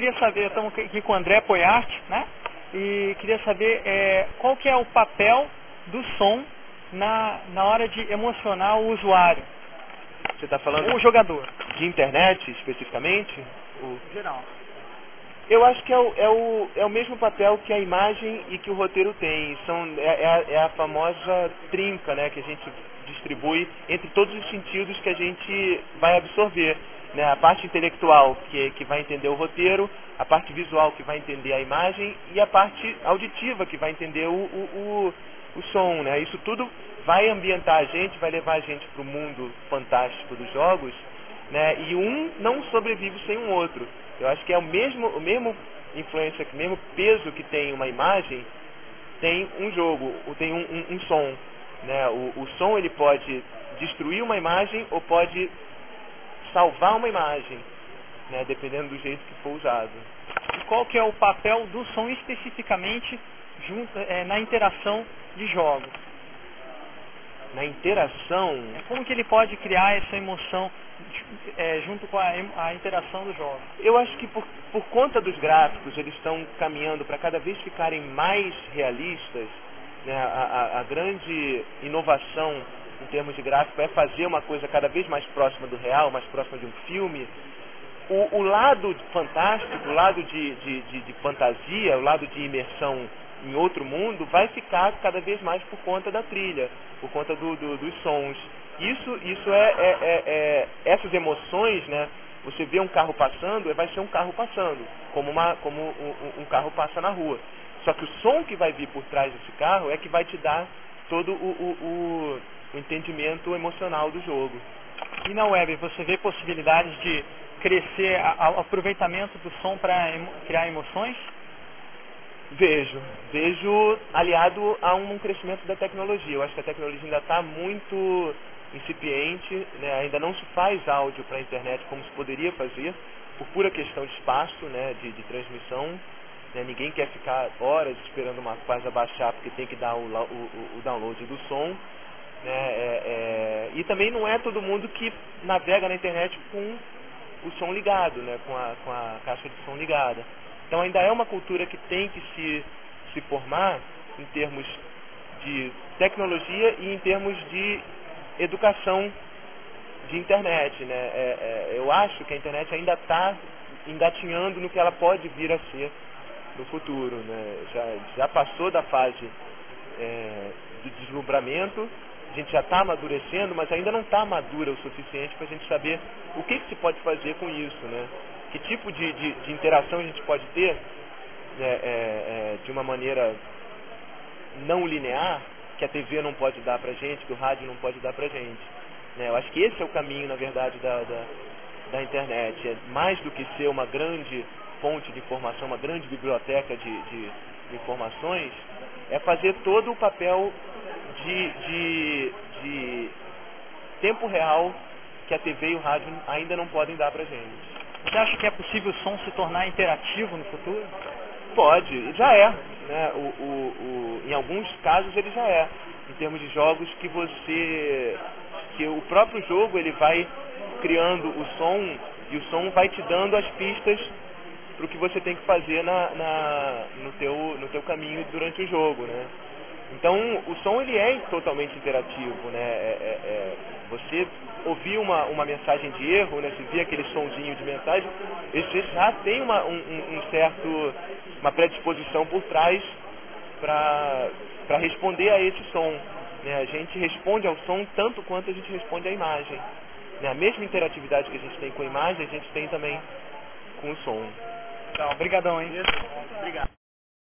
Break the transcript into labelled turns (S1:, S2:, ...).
S1: queria saber, estamos aqui com o André Poiarte, né? E queria saber qual que é o papel do som na hora de emocionar o usuário.
S2: Você está falando
S1: O jogador.
S2: de internet, especificamente?
S1: Geral.
S2: Eu acho que é o mesmo papel que a imagem e que o roteiro tem. É a famosa trinca, né, que a gente distribui entre todos os sentidos que a gente vai absorver. Né? A parte intelectual, que vai entender o roteiro, a parte visual, que vai entender a imagem, e a parte auditiva, que vai entender o som. Né? Isso tudo vai ambientar a gente, vai levar a gente para o mundo fantástico dos jogos, né? E um não sobrevive sem um outro. Eu acho que é o mesmo influência, o mesmo peso que tem uma imagem, tem um jogo, tem um som. Né? O som ele pode destruir uma imagem ou pode salvar uma imagem, né? Dependendo do jeito que for usado.
S1: E qual que é o papel do som especificamente na interação de jogos?
S2: Na interação...
S1: Como que ele pode criar essa emoção junto com a interação do jogo?
S2: Eu acho que por conta dos gráficos, eles estão caminhando para cada vez ficarem mais realistas. Né? A grande inovação em termos de gráfico é fazer uma coisa cada vez mais próxima do real, mais próxima de um filme. O lado fantástico, o lado de fantasia, o lado de imersão em outro mundo vai ficar cada vez mais por conta da trilha, por conta dos sons. Essas emoções, né? Você vê um carro passando, vai ser um carro passando, como um carro passa na rua. Só que o som que vai vir por trás desse carro é que vai te dar todo o entendimento emocional do jogo.
S1: E na web, você vê possibilidades de crescer o aproveitamento do som para criar emoções?
S2: Vejo aliado a um crescimento da tecnologia. Eu acho que a tecnologia ainda está muito incipiente, né? Ainda não se faz áudio para a internet como se poderia fazer, por pura questão de espaço, né? de transmissão. Né? Ninguém quer ficar horas esperando uma coisa baixar porque tem que dar o download do som. Né? E também não é todo mundo que navega na internet com o som ligado, né? com a caixa de som ligada. Então ainda é uma cultura que tem que se formar em termos de tecnologia e em termos de educação de internet. Né? Eu acho que a internet ainda está engatinhando no que ela pode vir a ser no futuro. Né? Já passou da fase do deslumbramento, a gente já está amadurecendo, mas ainda não está madura o suficiente para a gente saber o que se pode fazer com isso. Né? Que tipo de interação a gente pode ter de uma maneira não linear, que a TV não pode dar pra gente, que o rádio não pode dar pra gente. Né? Eu acho que esse é o caminho, na verdade, da internet. É mais do que ser uma grande fonte de informação, uma grande biblioteca de informações, é fazer todo o papel de tempo real que a TV e o rádio ainda não podem dar pra gente.
S1: Você acha que é possível o som se tornar interativo no futuro?
S2: Pode, já é. Né? Em alguns casos ele já é. Em termos de jogos que o próprio jogo ele vai criando o som e o som vai te dando as pistas para o que você tem que fazer no teu caminho durante o jogo. Né? Então o som ele é totalmente interativo. Né? Você ouvir uma mensagem de erro, né? Se vê aquele sonzinho de mensagem, você já tem uma predisposição por trás para responder a esse som. Né? A gente responde ao som tanto quanto a gente responde à imagem. Né? A mesma interatividade que a gente tem com a imagem, a gente tem também com o som.
S1: Então, obrigadão, hein?
S2: Obrigado.